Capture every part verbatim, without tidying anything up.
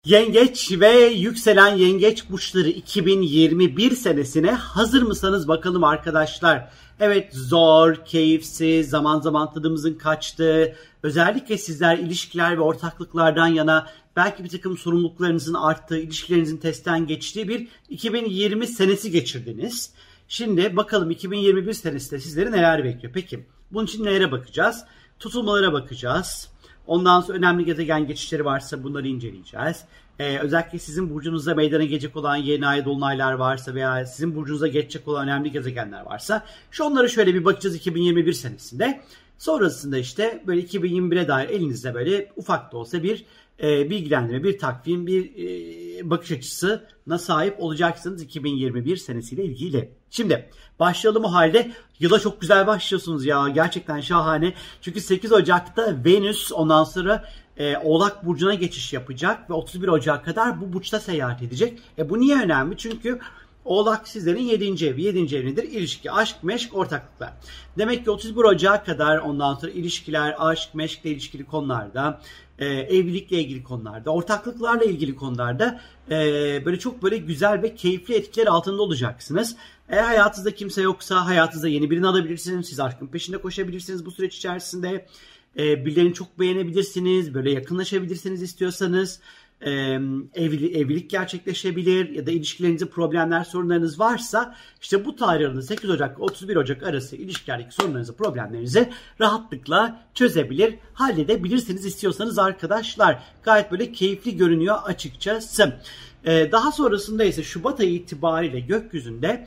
Yengeç ve yükselen yengeç burçları iki bin yirmi bir senesine hazır mısınız bakalım arkadaşlar? Evet, zor, keyifsiz, zaman zaman tadımızın kaçtığı, özellikle sizler ilişkiler ve ortaklıklardan yana belki bir takım sorumluluklarınızın arttığı, ilişkilerinizin testten geçtiği bir iki bin yirmi senesi geçirdiniz. Şimdi bakalım iki bin yirmi bir senesinde sizleri neler bekliyor? Peki bunun için nelere bakacağız? Tutulmalara bakacağız. Ondan sonra önemli gezegen geçişleri varsa bunları inceleyeceğiz. Ee, özellikle sizin burcunuzda meydana gelecek olan yeni ay dolunaylar varsa veya sizin burcunuza geçecek olan önemli gezegenler varsa şu onlara şöyle bir bakacağız iki bin yirmi bir senesinde. Sonrasında işte böyle iki bin yirmi bire dair elinizde böyle ufak da olsa bir e, bilgilendirme, bir takvim, bir e, bakış açısına sahip olacaksınız iki bin yirmi bir senesiyle ilgili. Şimdi başlayalım o halde. Yıla çok güzel başlıyorsunuz ya. Gerçekten şahane. Çünkü sekiz Ocak'ta Venüs ondan sonra e, Oğlak Burcu'na geçiş yapacak ve otuz bir Ocak'a kadar bu burçta seyahat edecek. E bu niye önemli? Çünkü Oğlak sizlerin yedinci evi. yedinci ev nedir? İlişki, aşk, meşk, ortaklıklar. Demek ki otuz bir Ocak'a kadar ondan sonra ilişkiler, aşk, meşkle ilişkili konularda, e, evlilikle ilgili konularda, ortaklıklarla ilgili konularda e, böyle çok böyle güzel ve keyifli etkiler altında olacaksınız. Eğer hayatınızda kimse yoksa hayatınızda yeni birini alabilirsiniz. Siz aşkın peşinde koşabilirsiniz bu süreç içerisinde. E, birilerini çok beğenebilirsiniz. Böyle yakınlaşabilirsiniz istiyorsanız. E, evli, evlilik gerçekleşebilir ya da ilişkilerinizde problemler, sorunlarınız varsa işte bu tarih aralığında sekiz Ocak otuz bir Ocak arası ilişkilerdeki sorunlarınızı, problemlerinizi rahatlıkla çözebilir, halledebilirsiniz istiyorsanız arkadaşlar. Gayet böyle keyifli görünüyor açıkçası. E, daha sonrasında ise Şubat ayı itibariyle gökyüzünde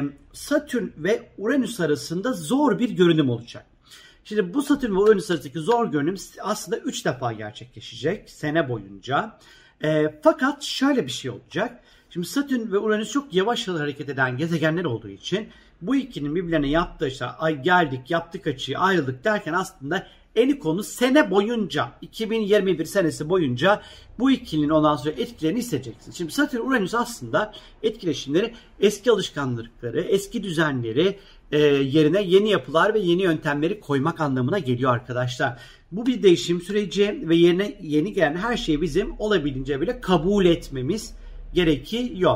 Satürn ve Uranüs arasında zor bir görünüm olacak. Şimdi bu Satürn ve Uranüs arasındaki zor görünüm aslında üç defa gerçekleşecek sene boyunca. E, fakat şöyle bir şey olacak. Şimdi Satürn ve Uranüs çok yavaş hareket eden gezegenler olduğu için bu ikinin birbirlerine yaptığı işte ay geldik, yaptık açıyı, ayrıldık derken aslında eni konu sene boyunca, iki bin yirmi bir senesi boyunca bu ikilinin ondan sonra etkilerini hissedeceksiniz. Şimdi Satürn Uranüs aslında etkileşimleri eski alışkanlıkları, eski düzenleri e, yerine yeni yapılar ve yeni yöntemleri koymak anlamına geliyor arkadaşlar. Bu bir değişim süreci ve yerine yeni gelen her şeyi bizim olabildiğince bile kabul etmemiz gerekiyor.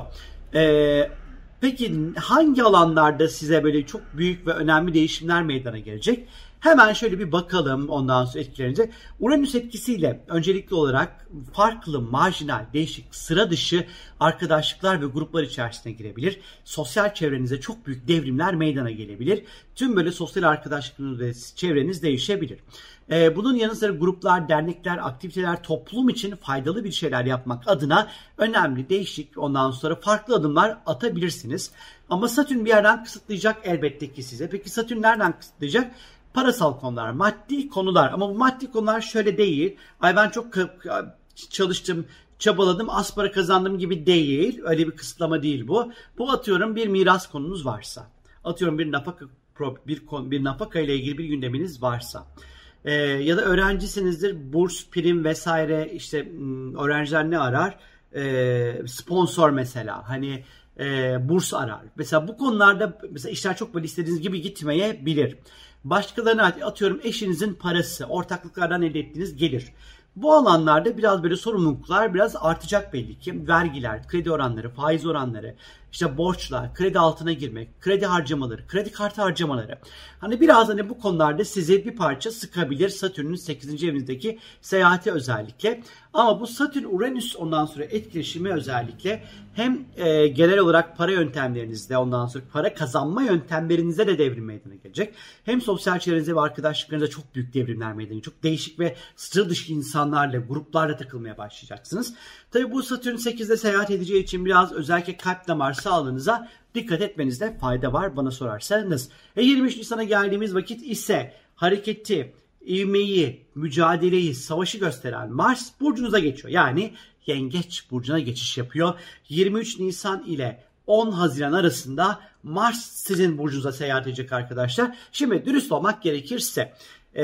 Eee Peki hangi alanlarda size böyle çok büyük ve önemli değişimler meydana gelecek? Hemen şöyle bir bakalım ondan sonra etkilerinize. Uranüs etkisiyle öncelikli olarak farklı, marjinal, değişik, sıra dışı arkadaşlıklar ve gruplar içerisine girebilir. Sosyal çevrenize çok büyük devrimler meydana gelebilir. Tüm böyle sosyal arkadaşlıklarınız ve çevreniz değişebilir. Ee, bunun yanı sıra gruplar, dernekler, aktiviteler, toplum için faydalı bir şeyler yapmak adına önemli, değişik, ondan sonra farklı adımlar atabilirsiniz. Ama Satürn bir yerden kısıtlayacak elbette ki size. Peki Satürn nereden kısıtlayacak? Parasal konular, maddi konular. Ama bu maddi konular şöyle değil. Ay ben çok çalıştım, çabaladım, az para kazandım gibi değil. Öyle bir kısıtlama değil bu. Bu atıyorum bir miras konunuz varsa. Atıyorum bir nafaka bir, bir nafaka ile ilgili bir gündeminiz varsa. Ee, ya da öğrencisinizdir, burs, prim vesaire, işte öğrenciler ne arar? Ee, sponsor mesela, hani e, burs arar. Mesela bu konularda mesela işler çok böyle istediğiniz gibi gitmeyebilir. Başkalarına atıyorum eşinizin parası, ortaklıklardan elde ettiğiniz gelir. Bu alanlarda biraz böyle sorumluluklar biraz artacak belli ki. Vergiler, kredi oranları, faiz oranları, işte borçlar, kredi altına girmek, kredi harcamaları, kredi kartı harcamaları. Hani biraz hani bu konularda sizi bir parça sıkabilir Satürn'ün sekizinci evinizdeki seyahati özellikle. Ama bu Satürn-Uranüs ondan sonra etkileşimi özellikle hem e, genel olarak para yöntemlerinizde, ondan sonra para kazanma yöntemlerinizde de devrim meydana gelecek. Hem sosyal çevrenizde ve arkadaşlıklarınızda çok büyük devrimler meydana gelecek. Çok değişik ve sıra dışı insanlarla, gruplarla takılmaya başlayacaksınız. Tabii bu Satürn sekizde seyahat edeceği için biraz özellikle kalp damar sağlığınıza dikkat etmenizde fayda var bana sorarsanız. E yirmi üç Nisan'a geldiğimiz vakit ise hareketi, ivmeyi, mücadeleyi, savaşı gösteren Mars burcunuza geçiyor. Yani Yengeç burcuna geçiş yapıyor. yirmi üç Nisan ile on Haziran arasında Mars sizin burcunuza seyahat edecek arkadaşlar. Şimdi dürüst olmak gerekirse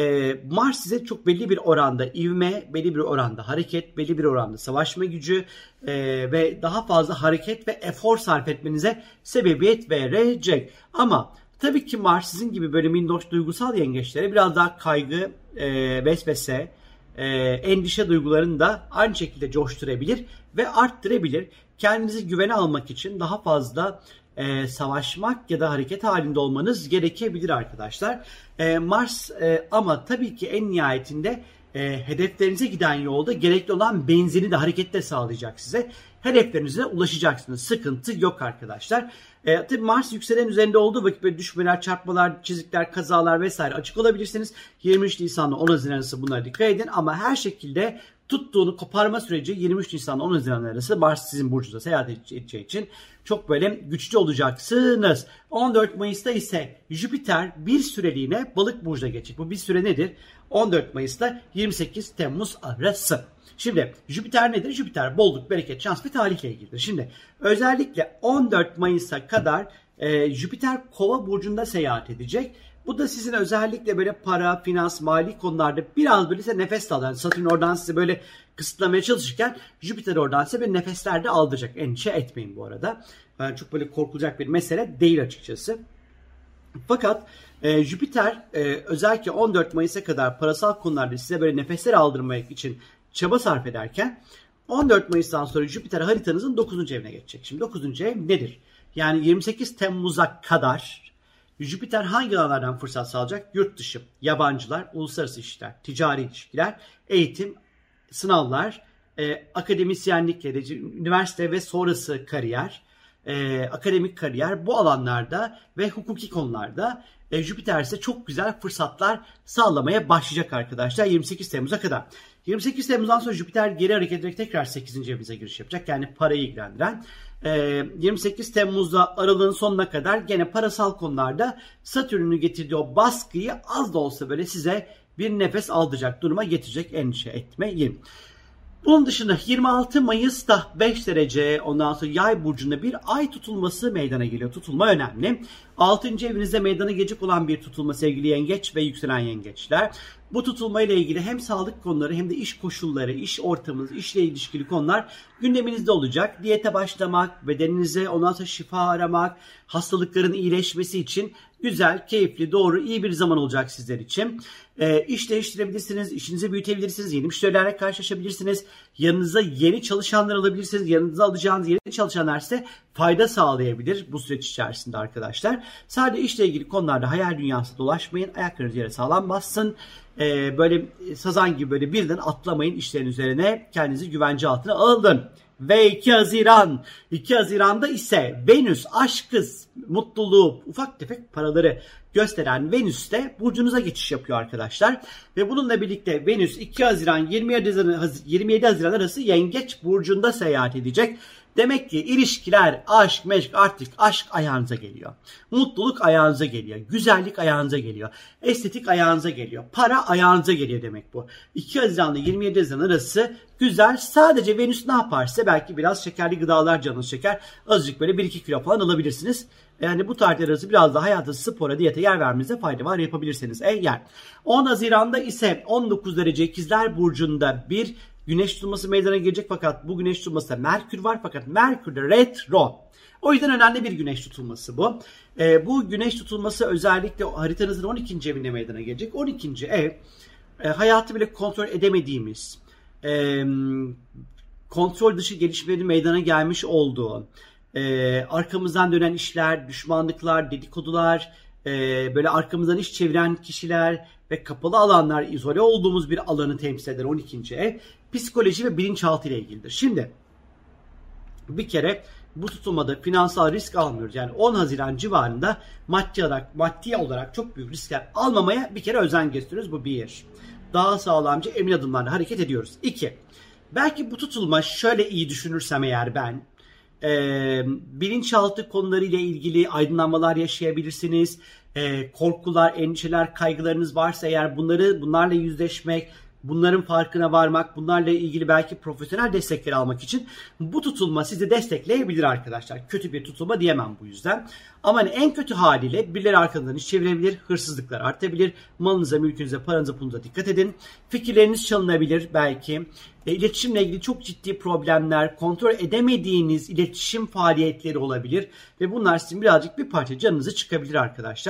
Mars size çok belli bir oranda ivme, belli bir oranda hareket, belli bir oranda savaşma gücü ve daha fazla hareket ve efor sarf etmenize sebebiyet verecek. Ama tabii ki Mars sizin gibi böyle minnoş duygusal yengeçlere biraz daha kaygı, vesvese, e, endişe duygularını da aynı şekilde coşturabilir ve arttırabilir. Kendinizi güvene almak için daha fazla e, savaşmak ya da hareket halinde olmanız gerekebilir arkadaşlar. E, Mars e, ama tabii ki en nihayetinde e, hedeflerinize giden yolda gerekli olan benzini de harekette sağlayacak size. Hedeflerinize ulaşacaksınız. Sıkıntı yok arkadaşlar. E, tabii Mars yükselen üzerinde olduğu vakit böyle düşmeler, çarpmalar, çizikler, kazalar vesaire açık olabilirsiniz. yirmi üç Nisan'la on Haziran arası bunlara dikkat edin ama her şekilde tuttuğunu koparma süreci yirmi üç Nisan'la on Haziran arası Mars sizin burcunuzda seyahat edeceği için çok böyle güçlü olacaksınız. on dört Mayıs'ta ise Jüpiter bir süreliğine Balık burcuna geçecek. Bu bir süre nedir? on dört Mayıs'ta yirmi sekiz Temmuz arası. Şimdi Jüpiter nedir? Jüpiter bolluk, bereket, şans ve tarihle ilgilidir. Şimdi özellikle on dört Mayıs'a kadar e, Jüpiter Kova burcunda seyahat edecek. Bu da sizin özellikle böyle para, finans, mali konularda biraz böyle size nefes alan. Satürn oradan size böyle kısıtlamaya çalışırken Jüpiter oradan size bir nefeslerde aldıracak. Endişe etmeyin bu arada. Yani çok böyle korkulacak bir mesele değil açıkçası. Fakat e, Jüpiter e, özellikle on dört Mayıs'a kadar parasal konularda size böyle nefesler aldırmak için çaba sarf ederken on dört Mayıs'tan sonra Jüpiter haritanızın dokuzuncu evine geçecek. Şimdi dokuzuncu ev nedir? Yani yirmi sekiz Temmuz'a kadar Jüpiter hangi alanlardan fırsat sağlayacak? Yurt dışı, yabancılar, uluslararası işler, ticari ilişkiler, eğitim, sınavlar, e, akademisyenlik, üniversite ve sonrası kariyer, e, akademik kariyer bu alanlarda ve hukuki konularda e, Jüpiter ise çok güzel fırsatlar sağlamaya başlayacak arkadaşlar yirmi sekiz Temmuz'a kadar. yirmi sekiz Temmuz'dan sonra Jüpiter geri hareket ederek tekrar sekizinci evimize giriş yapacak. Yani parayı ilgilendiren. Ee, yirmi sekiz Temmuz'da aralığın sonuna kadar gene parasal konularda Satürn'ün getirdiği o baskıyı az da olsa böyle size bir nefes aldıracak duruma getirecek, endişe etmeyin. Bunun dışında yirmi altı Mayıs'ta beş derece ondan sonra Yay burcunda bir ay tutulması meydana geliyor. Tutulma önemli. altıncı evinizde meydana gelecek olan bir tutulma sevgili yengeç ve yükselen yengeçler. Bu tutulma ile ilgili hem sağlık konuları hem de iş koşulları, iş ortamınız, işle ilişkili konular gündeminizde olacak. Diyete başlamak, bedeninize ondan sonra şifa aramak, hastalıkların iyileşmesi için güzel, keyifli, doğru, iyi bir zaman olacak sizler için. E, iş değiştirebilirsiniz, işinizi büyütebilirsiniz, yeni müşterilerle karşılaşabilirsiniz. Yanınıza yeni çalışanlar alabilirsiniz. Yanınıza alacağınız yeni çalışanlar size fayda sağlayabilir bu süreç içerisinde arkadaşlar. Sadece işle ilgili konularda hayal dünyasında dolaşmayın. Ayaklarınız yere sağlam bassın. Ee, böyle sazan gibi böyle birden atlamayın işlerin üzerine. Kendinizi güvence altına alın. Ve iki Haziran. iki Haziran'da ise Venüs aşkı, mutluluğu, ufak tefek paraları gösteren Venüs de burcunuza geçiş yapıyor arkadaşlar. Ve bununla birlikte Venüs iki Haziran yirmi yedi Haziran arası Yengeç burcunda seyahat edecek. Demek ki ilişkiler, aşk, meşk, artık aşk ayağınıza geliyor. Mutluluk ayağınıza geliyor. Güzellik ayağınıza geliyor. Estetik ayağınıza geliyor. Para ayağınıza geliyor demek bu. iki Haziran ile yirmi yedi Haziran arası güzel. Sadece Venüs ne yaparsa belki biraz şekerli gıdalar canınız çeker. Azıcık böyle bir iki kilo falan alabilirsiniz. Yani bu tarihler arası biraz daha hayatı spora, diyete yer vermenize fayda var, yapabilirsiniz eğer. on Haziran'da ise on dokuz derece İkizler burcunda bir güneş tutulması meydana gelecek fakat bu güneş tutulmasında Merkür var fakat Merkür de retro. O yüzden önemli bir güneş tutulması bu. Ee, bu güneş tutulması özellikle haritanızın on ikinci evinde meydana gelecek. on ikinci ev e, hayatı bile kontrol edemediğimiz, e, kontrol dışı gelişmelerin meydana gelmiş olduğu, e, arkamızdan dönen işler, düşmanlıklar, dedikodular, e, böyle arkamızdan iş çeviren kişiler ve kapalı alanlar, izole olduğumuz bir alanı temsil eder on ikinci ev. Psikoloji ve bilinçaltı ile ilgilidir. Şimdi bir kere bu tutulmada finansal risk almıyoruz. Yani on Haziran civarında maddi olarak, maddi olarak çok büyük riskler almamaya bir kere özen gösteriyoruz. Bu bir. Daha sağlamcı emin adımlarla hareket ediyoruz. İki. Belki bu tutulma şöyle iyi düşünürsem eğer ben e, bilinçaltı konularıyla ilgili aydınlanmalar yaşayabilirsiniz. E, korkular, endişeler, kaygılarınız varsa eğer bunları bunlarla yüzleşmek, bunların farkına varmak, bunlarla ilgili belki profesyonel destekleri almak için bu tutulma sizi destekleyebilir arkadaşlar. Kötü bir tutulma diyemem bu yüzden. Ama hani en kötü haliyle birileri arkanızdan iş çevirebilir, hırsızlıklar artabilir, malınıza, mülkünüze, paranıza, pulunuza dikkat edin. Fikirleriniz çalınabilir belki. E, iletişimle ilgili çok ciddi problemler, kontrol edemediğiniz iletişim faaliyetleri olabilir ve bunlar sizin birazcık bir parça canınızı çıkabilir arkadaşlar.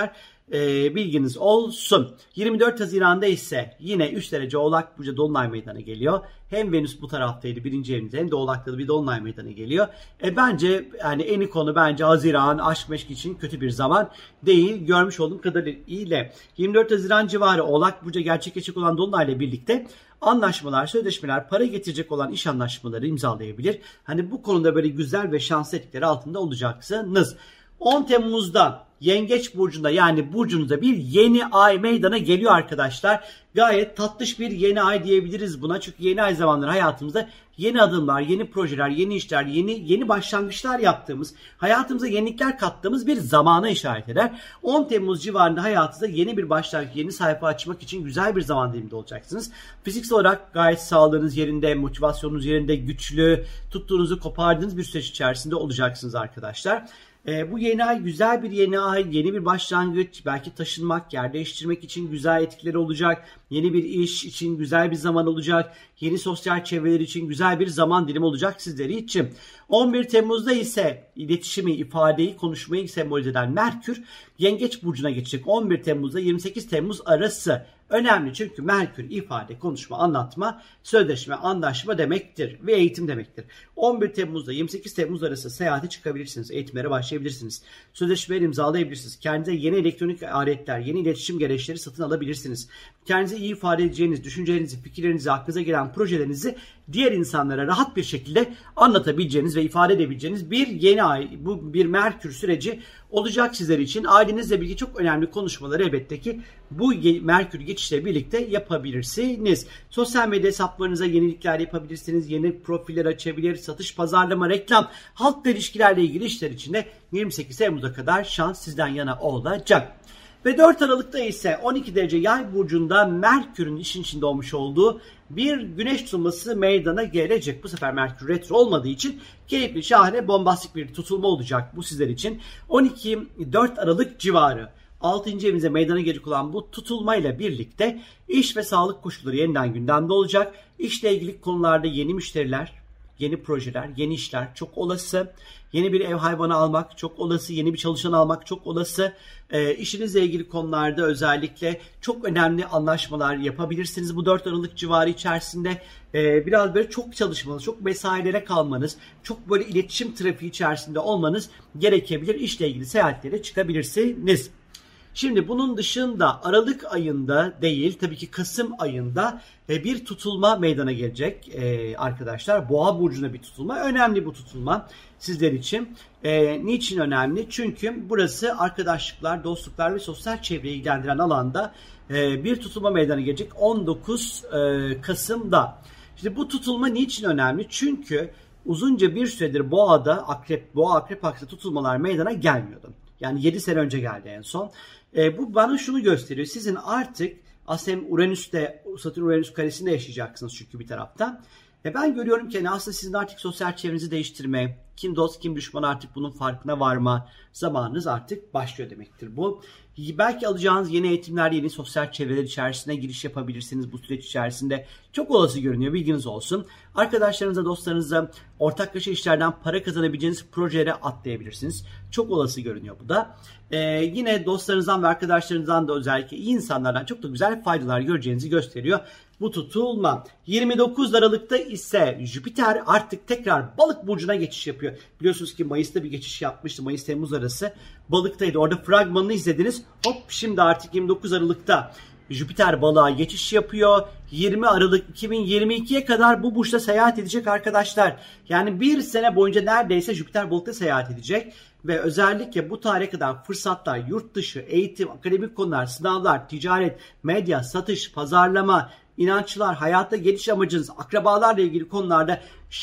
E, bilginiz olsun. yirmi dört Haziran'da ise yine üç derece Oğlak Burcu Dolunay meydana geliyor. Hem Venüs bu taraftaydı birinci evinizde hem de Oğlak'ta da bir Dolunay meydana geliyor. E, bence yani en iyi konu bence Haziran aşk meşk için kötü bir zaman değil. Görmüş olduğum kadarıyla yirmi dört Haziran civarı Oğlak Burcu gerçekleşecek olan Dolunay ile birlikte anlaşmalar, sözleşmeler, para getirecek olan iş anlaşmaları imzalayabilir. Hani bu konuda böyle güzel ve şanslı etkileri altında olacaksınız. on Temmuz'da Yengeç Burcu'nda yani burcunuzda bir yeni ay meydana geliyor arkadaşlar. Gayet tatlış bir yeni ay diyebiliriz buna. Çünkü yeni ay zamanları hayatımızda yeni adımlar, yeni projeler, yeni işler, yeni yeni başlangıçlar yaptığımız, hayatımıza yenilikler kattığımız bir zamana işaret eder. on Temmuz civarında hayatınızda yeni bir başlangıç, yeni sayfa açmak için güzel bir zaman diliminde olacaksınız. Fiziksel olarak gayet sağlığınız yerinde, motivasyonunuz yerinde, güçlü, tuttuğunuzu kopardığınız bir süreç içerisinde olacaksınız arkadaşlar. E, bu yeni ay güzel bir yeni ay, yeni bir başlangıç, belki taşınmak, yer değiştirmek için güzel etkileri olacak. Yeni bir iş için güzel bir zaman olacak. Yeni sosyal çevreler için güzel bir zaman dilimi olacak sizleri için. on bir Temmuz'da ise iletişimi, ifadeyi, konuşmayı sembolize eden Merkür Yengeç Burcu'na geçecek. on bir Temmuz'da yirmi sekiz Temmuz arası önemli çünkü Merkür ifade, konuşma, anlatma, sözleşme, anlaşma demektir ve eğitim demektir. on bir Temmuz'da yirmi sekiz Temmuz arası seyahate çıkabilirsiniz, eğitimlere başlayabilirsiniz, sözleşmeleri imzalayabilirsiniz, kendinize yeni elektronik aletler, yeni iletişim gereçleri satın alabilirsiniz. Kendinize iyi ifade edeceğiniz düşüncelerinizi, fikirlerinizi, aklınıza gelen projelerinizi diğer insanlara rahat bir şekilde anlatabileceğiniz ve ifade edebileceğiniz bir yeni ay, bu bir Merkür süreci olacak sizler için. Ailenizle birlikte çok önemli konuşmaları elbette ki bu Merkür geçişle birlikte yapabilirsiniz. Sosyal medya hesaplarınıza yenilikler yapabilirsiniz. Yeni profiller açabilir, satış, pazarlama, reklam, halkla ilişkilerle ilgili işler için de yirmi sekiz Temmuz'a kadar şans sizden yana olacak. Ve dört Aralık'ta ise on iki derece Yay burcunda Merkür'ün işin içinde olmuş olduğu bir güneş tutulması meydana gelecek. Bu sefer Merkür retro olmadığı için keyifli, şahane, bombastik bir tutulma olacak bu sizler için. on iki dört Aralık civarı altıncı evinize meydana gelecek olan bu tutulmayla birlikte iş ve sağlık koşulları yeniden gündemde olacak. İşle ilgili konularda yeni müşteriler, yeni projeler, yeni işler çok olası. Yeni bir ev hayvanı almak çok olası. Yeni bir çalışan almak çok olası. E, işinizle ilgili konularda özellikle çok önemli anlaşmalar yapabilirsiniz. Bu dört Aralık civarı içerisinde e, biraz böyle çok çalışmanız, çok mesailere kalmanız, çok böyle iletişim trafiği içerisinde olmanız gerekebilir. İşle ilgili seyahatlere çıkabilirsiniz. Şimdi bunun dışında Aralık ayında değil, tabii ki Kasım ayında bir tutulma meydana gelecek arkadaşlar. Boğa burcuna bir tutulma. Önemli bu tutulma sizler için. E, niçin önemli? Çünkü burası arkadaşlıklar, dostluklar ve sosyal çevreyi ilgilendiren alanda e, bir tutulma meydana gelecek on dokuz Kasım'da. Şimdi bu tutulma niçin önemli? Çünkü uzunca bir süredir Boğa'da, Akrep, Boğa Akrep aksında tutulmalar meydana gelmiyordu. Yani yedi sene önce geldi en son. E, bu bana şunu gösteriyor. Sizin artık aslında hem Uranüs'te, Satürn Uranüs karesinde yaşayacaksınız çünkü bir taraftan. E, ben görüyorum ki yani aslında sizin artık sosyal çevrenizi değiştirme, kim dost kim düşman artık bunun farkına varma zamanınız artık başlıyor demektir bu. Belki alacağınız yeni eğitimler, yeni sosyal çevreler içerisine giriş yapabilirsiniz bu süreç içerisinde. Çok olası görünüyor, bilginiz olsun. Arkadaşlarınıza, dostlarınıza ortaklaşa işlerden para kazanabileceğiniz projelere atlayabilirsiniz. Çok olası görünüyor bu da. Ee, yine dostlarınızdan ve arkadaşlarınızdan da özellikle iyi insanlardan çok da güzel faydalar göreceğinizi gösteriyor bu tutulma. yirmi dokuz Aralık'ta ise Jüpiter artık tekrar Balık burcuna geçiş yapıyor. Biliyorsunuz ki Mayıs'ta bir geçiş yapmıştı. Mayıs-Temmuz arası Balık'taydı. Orada fragmanını izlediniz. Hop şimdi artık yirmi dokuz Aralık'ta Jüpiter Balığa geçiş yapıyor. yirmi Aralık iki bin yirmi ikiye kadar bu burçta seyahat edecek arkadaşlar. Yani bir sene boyunca neredeyse Jüpiter Balık'ta seyahat edecek. Ve özellikle bu tarihe kadar fırsatlar, yurt dışı, eğitim, akademik konular, sınavlar, ticaret, medya, satış, pazarlama, inançlar, hayatta geliş amacınız, akrabalarla ilgili konularda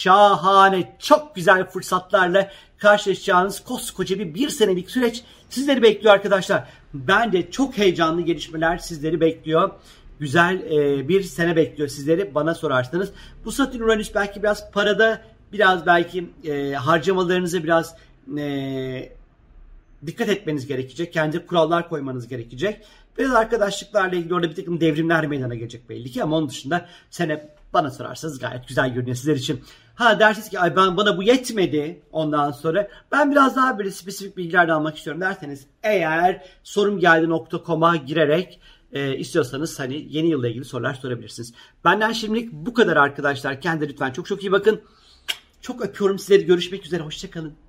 şahane, çok güzel fırsatlarla karşılaşacağınız koskoca bir bir senelik süreç sizleri bekliyor arkadaşlar. Bence çok heyecanlı gelişmeler sizleri bekliyor. Güzel e, bir sene bekliyor sizleri bana sorarsanız. Bu Satürn Uranüs belki biraz parada, biraz belki e, harcamalarınızı biraz e, dikkat etmeniz gerekecek. Kendi kurallar koymanız gerekecek. Biraz arkadaşlıklarla ilgili orada bir takım devrimler meydana gelecek belli ki ama onun dışında sene bana sorarsanız gayet güzel görünüyor sizler için. Ha dersiniz ki ay ben bana bu yetmedi ondan sonra. Ben biraz daha böyle spesifik bilgiler de almak istiyorum derseniz eğer sorumgeldi nokta com'a girerek e, istiyorsanız hani yeni yılla ilgili sorular sorabilirsiniz. Benden şimdilik bu kadar arkadaşlar. Kendinize lütfen çok çok iyi bakın. Çok öpüyorum sizleri. Görüşmek üzere. Hoşça kalın.